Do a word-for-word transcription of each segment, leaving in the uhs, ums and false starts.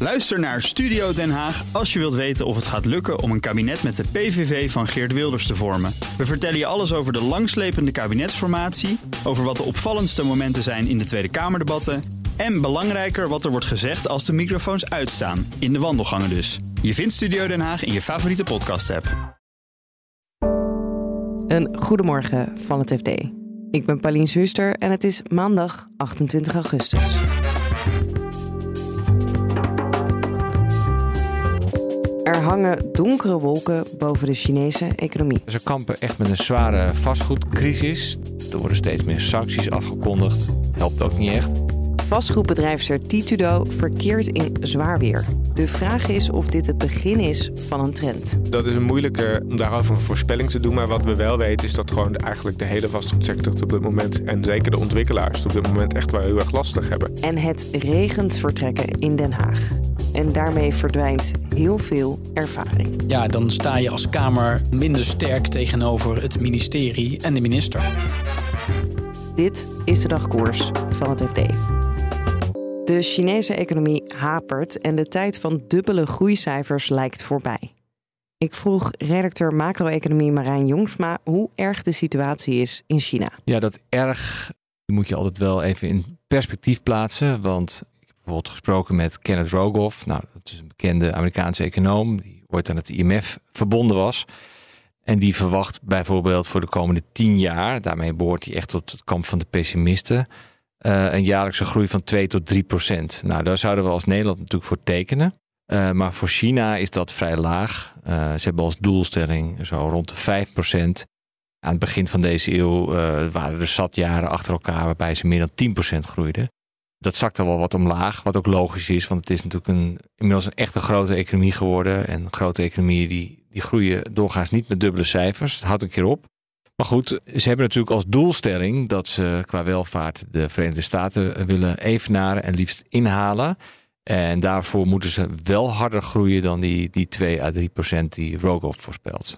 Luister naar Studio Den Haag als je wilt weten of het gaat lukken om een kabinet met de P V V van Geert Wilders te vormen. We vertellen je alles over de langslepende kabinetsformatie, over wat de opvallendste momenten zijn in de Tweede Kamerdebatten en belangrijker wat er wordt gezegd als de microfoons uitstaan, in de wandelgangen dus. Je vindt Studio Den Haag in je favoriete podcast-app. Een goedemorgen van het F D. Ik ben Paulien Zuster en het is maandag achtentwintig augustus. Er hangen donkere wolken boven de Chinese economie. Ze kampen echt met een zware vastgoedcrisis. Er worden steeds meer sancties afgekondigd. Helpt ook niet echt. Vastgoedbedrijf Certitudo verkeert in zwaar weer. De vraag is of dit het begin is van een trend. Dat is moeilijker om daarover een voorspelling te doen. Maar wat we wel weten is dat gewoon eigenlijk de hele vastgoedsector op dit moment, en zeker de ontwikkelaars op dit moment, echt wel heel erg lastig hebben. En het regent vertrekken in Den Haag. En daarmee verdwijnt heel veel ervaring. Ja, dan sta je als Kamer minder sterk tegenover het ministerie en de minister. Dit is de dagkoers van het F D. De Chinese economie hapert en de tijd van dubbele groeicijfers lijkt voorbij. Ik vroeg redacteur macro-economie Marijn Jongsma hoe erg de situatie is in China. Ja, dat erg moet je altijd wel even in perspectief plaatsen. Want ik heb bijvoorbeeld gesproken met Kenneth Rogoff. Nou, dat is een bekende Amerikaanse econoom die ooit aan het I M F verbonden was. En die verwacht bijvoorbeeld voor de komende tien jaar, daarmee behoort hij echt tot het kamp van de pessimisten, Uh, een jaarlijkse groei van twee tot drie procent. Nou, daar zouden we als Nederland natuurlijk voor tekenen. Uh, maar voor China is dat vrij laag. Uh, ze hebben als doelstelling zo rond de vijf procent. Aan het begin van deze eeuw uh, waren er zat jaren achter elkaar waarbij ze meer dan tien procent groeiden. Dat zakt al wel wat omlaag, wat ook logisch is, want het is natuurlijk een, inmiddels een echte grote economie geworden. En grote economieën die, die groeien doorgaans niet met dubbele cijfers. Het houdt een keer op. Maar goed, ze hebben natuurlijk als doelstelling dat ze qua welvaart de Verenigde Staten willen evenaren en liefst inhalen. En daarvoor moeten ze wel harder groeien dan die, die twee à drie procent die Rogoff voorspelt.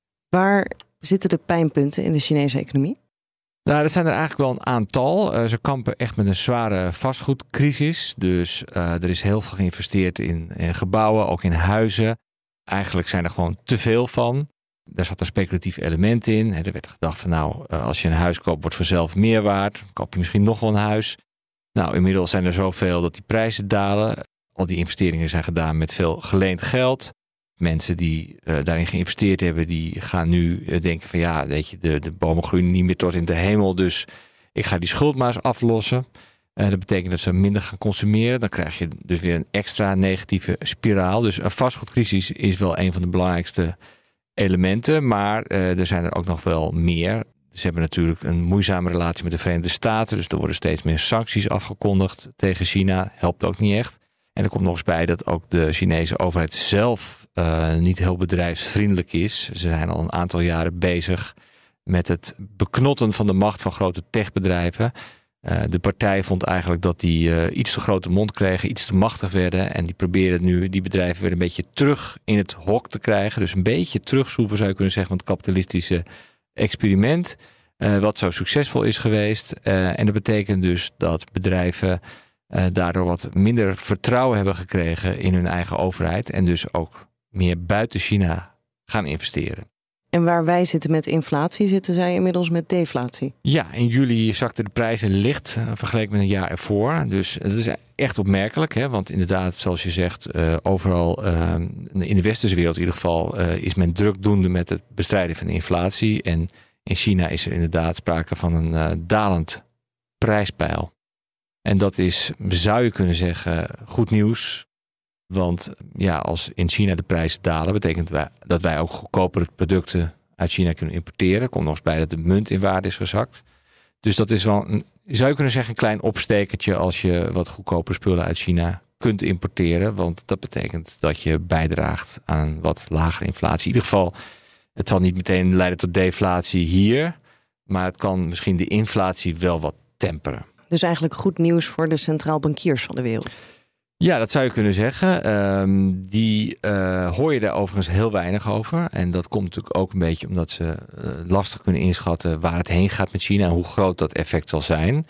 Waar zitten de pijnpunten in de Chinese economie? Nou, dat zijn er eigenlijk wel een aantal. Uh, ze kampen echt met een zware vastgoedcrisis. Dus uh, er is heel veel geïnvesteerd in, in gebouwen, ook in huizen. Eigenlijk zijn er gewoon te veel van. Daar zat een speculatief element in. Er werd gedacht van nou, als je een huis koopt, wordt vanzelf meer waard. Dan koop je misschien nog wel een huis. Nou, inmiddels zijn er zoveel dat die prijzen dalen. Al die investeringen zijn gedaan met veel geleend geld. Mensen die uh, daarin geïnvesteerd hebben, die gaan nu uh, denken van ja, weet je, de, de bomen groeien niet meer tot in de hemel. Dus ik ga die schuld maar eens aflossen. Uh, dat betekent dat ze minder gaan consumeren. Dan krijg je dus weer een extra negatieve spiraal. Dus een vastgoedcrisis is wel een van de belangrijkste elementen, maar uh, er zijn er ook nog wel meer. Ze hebben natuurlijk een moeizame relatie met de Verenigde Staten, dus er worden steeds meer sancties afgekondigd tegen China. Helpt ook niet echt. En er komt nog eens bij dat ook de Chinese overheid zelf uh, niet heel bedrijfsvriendelijk is. Ze zijn al een aantal jaren bezig met het beknotten van de macht van grote techbedrijven. Uh, de partij vond eigenlijk dat die uh, iets te grote mond kregen, iets te machtig werden. En die proberen nu die bedrijven weer een beetje terug in het hok te krijgen. Dus een beetje terugschroeven zou je kunnen zeggen van het kapitalistische experiment. Uh, wat zo succesvol is geweest. Uh, en dat betekent dus dat bedrijven uh, daardoor wat minder vertrouwen hebben gekregen in hun eigen overheid. En dus ook meer buiten China gaan investeren. En waar wij zitten met inflatie, zitten zij inmiddels met deflatie. Ja, in juli zakten de prijzen licht uh, vergeleken met een jaar ervoor. Dus dat is echt opmerkelijk. Hè? Want inderdaad, zoals je zegt, uh, overal uh, in de westerse wereld in ieder geval uh, is men drukdoende met het bestrijden van de inflatie. En in China is er inderdaad sprake van een uh, dalend prijspeil. En dat is, zou je kunnen zeggen, goed nieuws. Want ja, als in China de prijzen dalen, betekent wij, dat wij ook goedkopere producten uit China kunnen importeren. Komt nog eens bij dat de munt in waarde is gezakt. Dus dat is wel, een, zou je kunnen zeggen, een klein opstekertje als je wat goedkopere spullen uit China kunt importeren. Want dat betekent dat je bijdraagt aan een wat lagere inflatie. In ieder geval, het zal niet meteen leiden tot deflatie hier. Maar het kan misschien de inflatie wel wat temperen. Dus eigenlijk goed nieuws voor de centraal bankiers van de wereld. Ja, dat zou je kunnen zeggen. Um, die uh, hoor je daar overigens heel weinig over. En dat komt natuurlijk ook een beetje omdat ze uh, lastig kunnen inschatten waar het heen gaat met China en hoe groot dat effect zal zijn.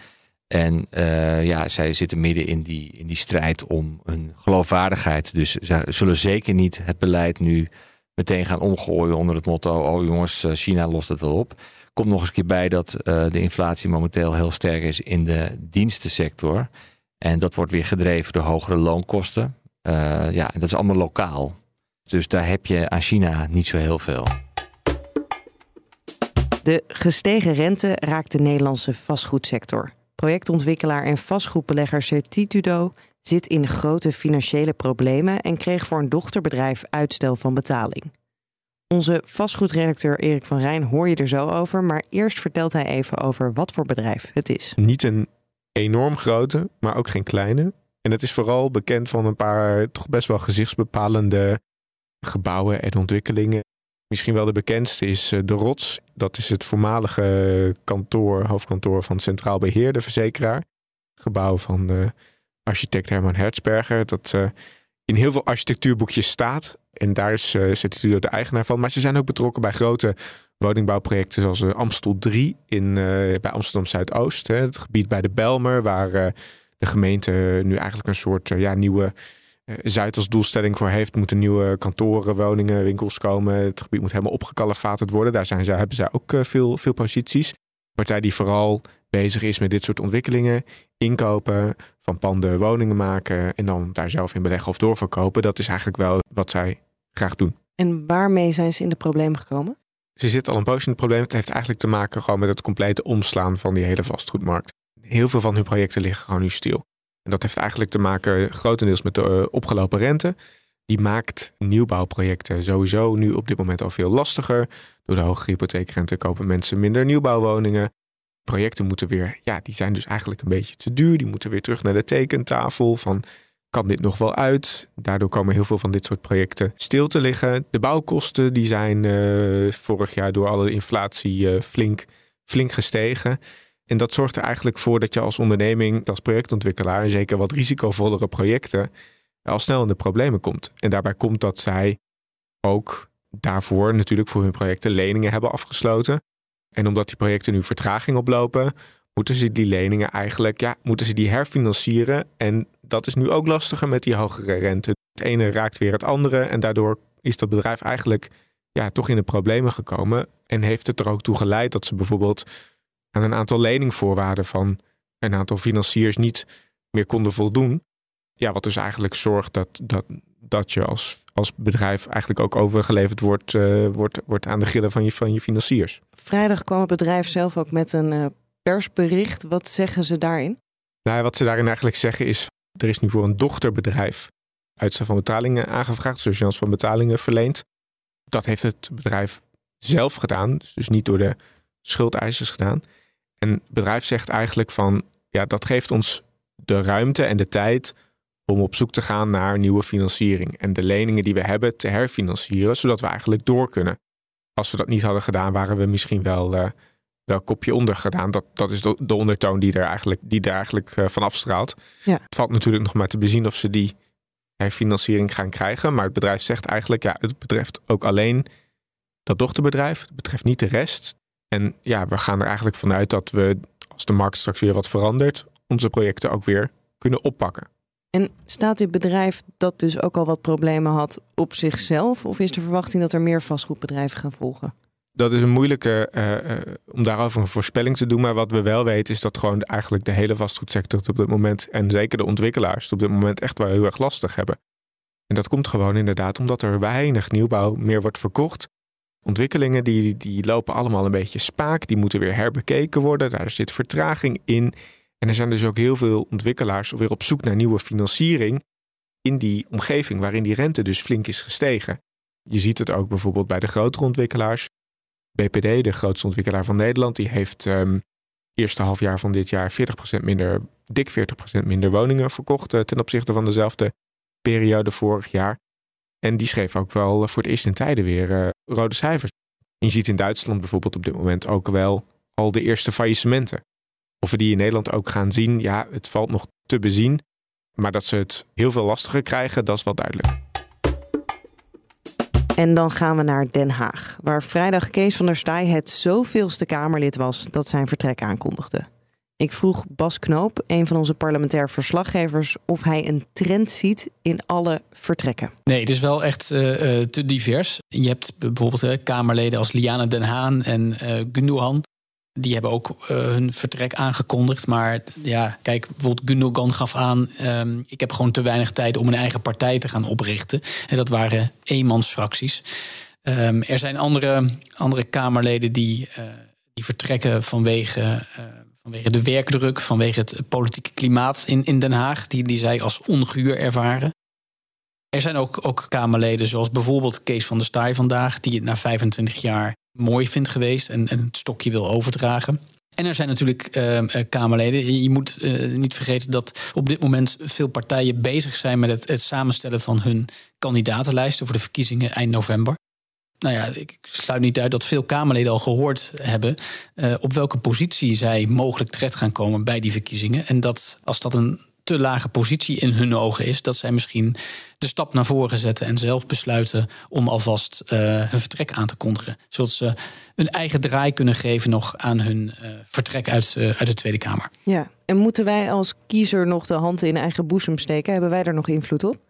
En uh, ja, zij zitten midden in die, in die strijd om hun geloofwaardigheid. Dus ze zullen zeker niet het beleid nu meteen gaan omgooien onder het motto: oh jongens, China lost het wel op. Komt nog eens een keer bij dat uh, de inflatie momenteel heel sterk is in de dienstensector. En dat wordt weer gedreven door hogere loonkosten. Uh, ja, dat is allemaal lokaal. Dus daar heb je aan China niet zo heel veel. De gestegen rente raakt de Nederlandse vastgoedsector. Projectontwikkelaar en vastgoedbelegger Certitudo zit in grote financiële problemen en kreeg voor een dochterbedrijf uitstel van betaling. Onze vastgoedredacteur Erik van Rijn hoor je er zo over, maar eerst vertelt hij even over wat voor bedrijf het is. Niet een enorm grote, maar ook geen kleine. En het is vooral bekend van een paar toch best wel gezichtsbepalende gebouwen en ontwikkelingen. Misschien wel de bekendste is De Rots. Dat is het voormalige kantoor, hoofdkantoor van Centraal Beheer, de verzekeraar. Gebouw van uh, architect Herman Hertzberger. Dat uh, in heel veel architectuurboekjes staat. En daar is uh, Certitudo de eigenaar van. Maar ze zijn ook betrokken bij grote woningbouwprojecten zoals uh, Amstel drie in, uh, bij Amsterdam Zuidoost. Hè, het gebied bij de Bijlmer, waar uh, de gemeente nu eigenlijk een soort uh, ja, nieuwe uh, Zuid als doelstelling voor heeft. Er moeten nieuwe kantoren, woningen, winkels komen. Het gebied moet helemaal opgekalefaterd worden. Daar zijn zij, hebben zij ook uh, veel, veel posities. Een partij die vooral bezig is met dit soort ontwikkelingen. Inkopen van panden, woningen maken en dan daar zelf in beleggen of doorverkopen. Dat is eigenlijk wel wat zij graag doen. En waarmee zijn ze in de problemen gekomen? Ze zitten al een poosje in het probleem. Het heeft eigenlijk te maken gewoon met het complete omslaan van die hele vastgoedmarkt. Heel veel van hun projecten liggen gewoon nu stil. En dat heeft eigenlijk te maken grotendeels met de uh, opgelopen rente. Die maakt nieuwbouwprojecten sowieso nu op dit moment al veel lastiger. Door de hoge hypotheekrente kopen mensen minder nieuwbouwwoningen. Projecten moeten weer, ja, die zijn dus eigenlijk een beetje te duur. Die moeten weer terug naar de tekentafel van, kan dit nog wel uit? Daardoor komen heel veel van dit soort projecten stil te liggen. De bouwkosten die zijn uh, vorig jaar door alle inflatie uh, flink, flink gestegen. En dat zorgt er eigenlijk voor dat je als onderneming, als projectontwikkelaar, en zeker wat risicovollere projecten, al snel in de problemen komt. En daarbij komt dat zij ook daarvoor natuurlijk voor hun projecten leningen hebben afgesloten. En omdat die projecten nu vertraging oplopen, moeten ze die leningen eigenlijk, ja, moeten ze die herfinancieren. En dat is nu ook lastiger met die hogere rente. Het ene raakt weer het andere en daardoor is dat bedrijf eigenlijk ja, toch in de problemen gekomen. En heeft het er ook toe geleid dat ze bijvoorbeeld aan een aantal leningvoorwaarden van een aantal financiers niet meer konden voldoen. Ja, wat dus eigenlijk zorgt dat, dat, dat je als, als bedrijf eigenlijk ook overgeleverd wordt, uh, wordt, wordt aan de grillen van je, van je financiers. Vrijdag kwam het bedrijf zelf ook met een uh, persbericht. Wat zeggen ze daarin? Nou, wat ze daarin eigenlijk zeggen is, er is nu voor een dochterbedrijf uitstel van betalingen aangevraagd, surgeance van betalingen verleend. Dat heeft het bedrijf zelf gedaan, dus niet door de schuldeisers gedaan. En het bedrijf zegt eigenlijk van, ja, dat geeft ons de ruimte en de tijd om op zoek te gaan naar nieuwe financiering. En de leningen die we hebben te herfinancieren, zodat we eigenlijk door kunnen. Als we dat niet hadden gedaan, waren we misschien wel, uh, wel kopje onder gedaan. Dat, dat is de, de ondertoon die er eigenlijk, die er eigenlijk uh, van afstraalt. Ja. Het valt natuurlijk nog maar te bezien of ze die herfinanciering gaan krijgen. Maar het bedrijf zegt eigenlijk, ja, het betreft ook alleen dat dochterbedrijf. Het betreft niet de rest. En ja, we gaan er eigenlijk vanuit dat we, als de markt straks weer wat verandert, onze projecten ook weer kunnen oppakken. En staat dit bedrijf, dat dus ook al wat problemen had, op zichzelf? Of is de verwachting dat er meer vastgoedbedrijven gaan volgen? Dat is een moeilijke uh, uh, om daarover een voorspelling te doen. Maar wat we wel weten is dat gewoon eigenlijk de hele vastgoedsector op dit moment, en zeker de ontwikkelaars op dit moment echt wel heel erg lastig hebben. En dat komt gewoon inderdaad omdat er weinig nieuwbouw meer wordt verkocht. Ontwikkelingen die, die lopen allemaal een beetje spaak. Die moeten weer herbekeken worden. Daar zit vertraging in. En er zijn dus ook heel veel ontwikkelaars weer op zoek naar nieuwe financiering in die omgeving waarin die rente dus flink is gestegen. Je ziet het ook bijvoorbeeld bij de grotere ontwikkelaars. B P D, de grootste ontwikkelaar van Nederland, die heeft um, eerste halfjaar van dit jaar veertig procent minder, dik veertig procent minder woningen verkocht uh, ten opzichte van dezelfde periode vorig jaar. En die schreef ook wel voor het eerst in tijden weer uh, rode cijfers. En je ziet in Duitsland bijvoorbeeld op dit moment ook wel al de eerste faillissementen. Of we die in Nederland ook gaan zien, ja, het valt nog te bezien. Maar dat ze het heel veel lastiger krijgen, dat is wel duidelijk. En dan gaan we naar Den Haag, waar vrijdag Kees van der Staaij het zoveelste Kamerlid was dat zijn vertrek aankondigde. Ik vroeg Bas Knoop, een van onze parlementair verslaggevers, of hij een trend ziet in alle vertrekken. Nee, het is wel echt uh, te divers. Je hebt bijvoorbeeld uh, Kamerleden als Liane Den Haan en uh, Gundogan. Die hebben ook uh, hun vertrek aangekondigd. Maar ja, kijk, bijvoorbeeld Gundogan gaf aan... Um, ik heb gewoon te weinig tijd om een eigen partij te gaan oprichten. En dat waren eenmansfracties. Um, er zijn andere, andere Kamerleden die, uh, die vertrekken vanwege... Uh, Vanwege de werkdruk, vanwege het politieke klimaat in, in Den Haag, die, die zij als onguur ervaren. Er zijn ook, ook Kamerleden, zoals bijvoorbeeld Kees van der Staaij vandaag, die het na vijfentwintig jaar mooi vindt geweest en, en het stokje wil overdragen. En er zijn natuurlijk uh, Kamerleden. Je moet uh, niet vergeten dat op dit moment veel partijen bezig zijn met het, het samenstellen van hun kandidatenlijsten voor de verkiezingen eind november. Nou ja, ik sluit niet uit dat veel Kamerleden al gehoord hebben uh, op welke positie zij mogelijk terecht gaan komen bij die verkiezingen. En dat als dat een te lage positie in hun ogen is, dat zij misschien de stap naar voren zetten en zelf besluiten om alvast uh, hun vertrek aan te kondigen. Zodat ze een eigen draai kunnen geven nog aan hun uh, vertrek uit, uh, uit de Tweede Kamer. Ja, en moeten wij als kiezer nog de hand in eigen boezem steken? Hebben wij daar nog invloed op?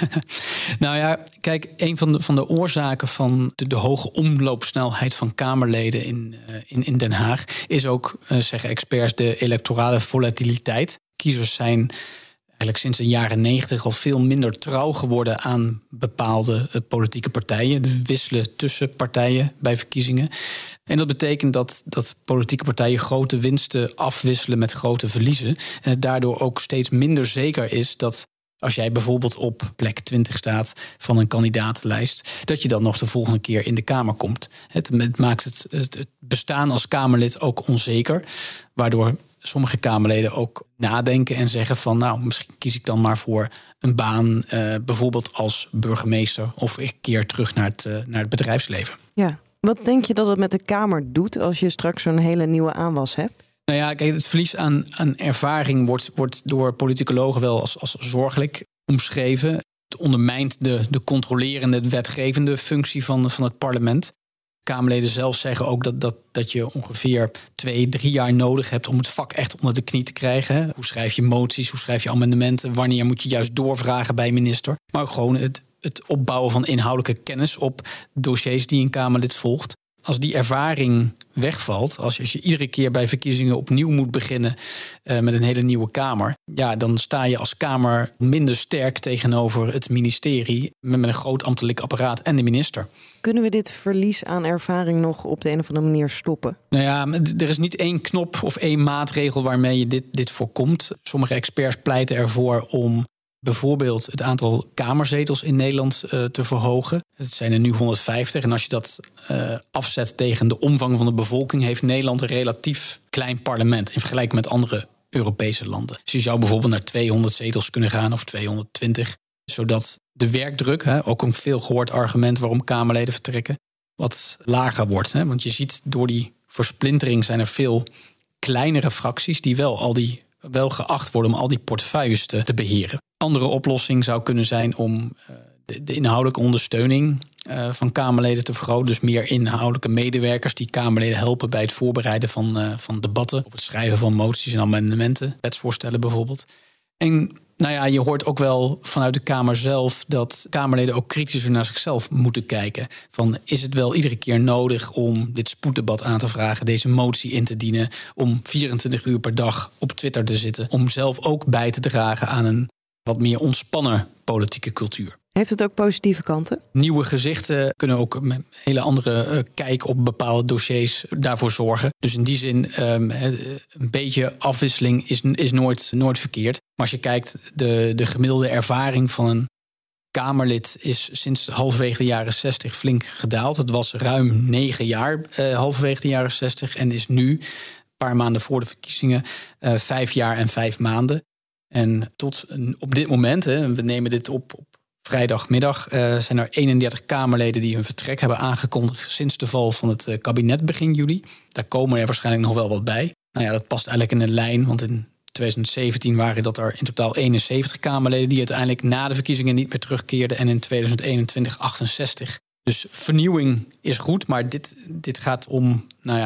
Nou ja, kijk, een van de, van de oorzaken van de, de hoge omloopsnelheid van Kamerleden in, uh, in, in Den Haag is ook, uh, zeggen experts, de electorale volatiliteit. Kiezers zijn eigenlijk sinds de jaren negentig al veel minder trouw geworden aan bepaalde uh, politieke partijen. Dus wisselen tussen partijen bij verkiezingen. En dat betekent dat, dat politieke partijen grote winsten afwisselen met grote verliezen. En het daardoor ook steeds minder zeker is dat als jij bijvoorbeeld op plek twintig staat van een kandidatenlijst, dat je dan nog de volgende keer in de Kamer komt. Het, het maakt het, het bestaan als Kamerlid ook onzeker, waardoor sommige Kamerleden ook nadenken en zeggen van nou, misschien kies ik dan maar voor een baan, uh, bijvoorbeeld als burgemeester, of ik keer terug naar het, uh, naar het bedrijfsleven. Ja. Wat denk je dat het met de Kamer doet als je straks zo'n hele nieuwe aanwas hebt? Nou ja, kijk, het verlies aan, aan ervaring wordt, wordt door politicologen wel als, als zorgelijk omschreven. Het ondermijnt de, de controlerende, wetgevende functie van, van het parlement. Kamerleden zelf zeggen ook dat, dat, dat je ongeveer twee, drie jaar nodig hebt om het vak echt onder de knie te krijgen. Hoe schrijf je moties, hoe schrijf je amendementen, wanneer moet je juist doorvragen bij een minister. Maar ook gewoon het, het opbouwen van inhoudelijke kennis op dossiers die een Kamerlid volgt. Als die ervaring wegvalt, als je, als je iedere keer bij verkiezingen opnieuw moet beginnen uh, met een hele nieuwe Kamer, ja, dan sta je als Kamer minder sterk tegenover het ministerie met, met een groot ambtelijk apparaat en de minister. Kunnen we dit verlies aan ervaring nog op de een of andere manier stoppen? Nou ja, er is niet één knop of één maatregel waarmee je dit, dit voorkomt. Sommige experts pleiten ervoor om bijvoorbeeld het aantal kamerzetels in Nederland uh, te verhogen. Het zijn er nu honderdvijftig. En als je dat uh, afzet tegen de omvang van de bevolking, heeft Nederland een relatief klein parlement in vergelijking met andere Europese landen. Dus je zou bijvoorbeeld naar tweehonderd zetels kunnen gaan of tweehonderdtwintig. Zodat de werkdruk, hè, ook een veel gehoord argument waarom Kamerleden vertrekken, wat lager wordt. Hè? Want je ziet door die versplintering zijn er veel kleinere fracties die wel al die wel geacht worden om al die portefeuilles te, te beheren. Andere oplossing zou kunnen zijn om uh, de, de inhoudelijke ondersteuning uh, van Kamerleden te vergroten. Dus meer inhoudelijke medewerkers die Kamerleden helpen bij het voorbereiden van, uh, van debatten, of het schrijven van moties en amendementen, wetsvoorstellen bijvoorbeeld. En nou ja, je hoort ook wel vanuit de Kamer zelf dat Kamerleden ook kritischer naar zichzelf moeten kijken. Van, is het wel iedere keer nodig om dit spoeddebat aan te vragen, deze motie in te dienen, om vierentwintig uur per dag op Twitter te zitten, om zelf ook bij te dragen aan een wat meer ontspannen politieke cultuur. Heeft het ook positieve kanten? Nieuwe gezichten kunnen ook met een hele andere uh, kijk op bepaalde dossiers daarvoor zorgen. Dus in die zin, um, een beetje afwisseling is, is nooit, nooit verkeerd. Maar als je kijkt, de, de gemiddelde ervaring van een Kamerlid is sinds halverwege de jaren zestig flink gedaald. Het was ruim negen jaar uh, halverwege de jaren zestig en is nu, een paar maanden voor de verkiezingen, uh, vijf jaar en vijf maanden. En tot op dit moment, hè, we nemen dit op op vrijdagmiddag, uh, zijn er eenendertig Kamerleden die hun vertrek hebben aangekondigd sinds de val van het uh, kabinet begin juli. Daar komen er waarschijnlijk nog wel wat bij. Nou ja, dat past eigenlijk in een lijn, want in twintig zeventien waren dat er in totaal eenenzeventig Kamerleden die uiteindelijk na de verkiezingen niet meer terugkeerden en in twintig eenentwintig achtenzestig. Dus vernieuwing is goed, maar dit, dit gaat om, nou ja,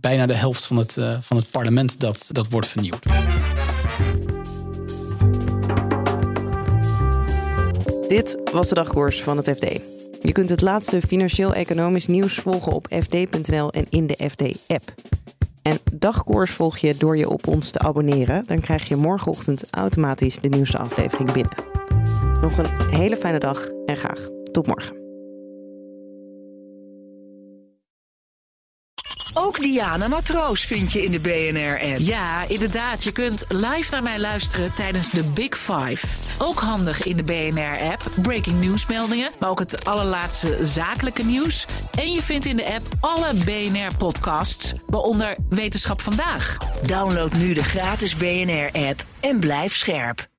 bijna de helft van het, uh, van het parlement dat, dat wordt vernieuwd. Dit was de dagkoers van het F D. Je kunt het laatste financieel-economisch nieuws volgen op f d punt n l en in de F D-app. En dagkoers volg je door je op ons te abonneren. Dan krijg je morgenochtend automatisch de nieuwste aflevering binnen. Nog een hele fijne dag en graag tot morgen. Ook Diana Matroos vind je in de B N R-app. Ja, inderdaad. Je kunt live naar mij luisteren tijdens de Big Five. Ook handig in de B N R-app. Breaking nieuwsmeldingen, maar ook het allerlaatste zakelijke nieuws. En je vindt in de app alle B N R-podcasts, waaronder Wetenschap Vandaag. Download nu de gratis B N R-app en blijf scherp.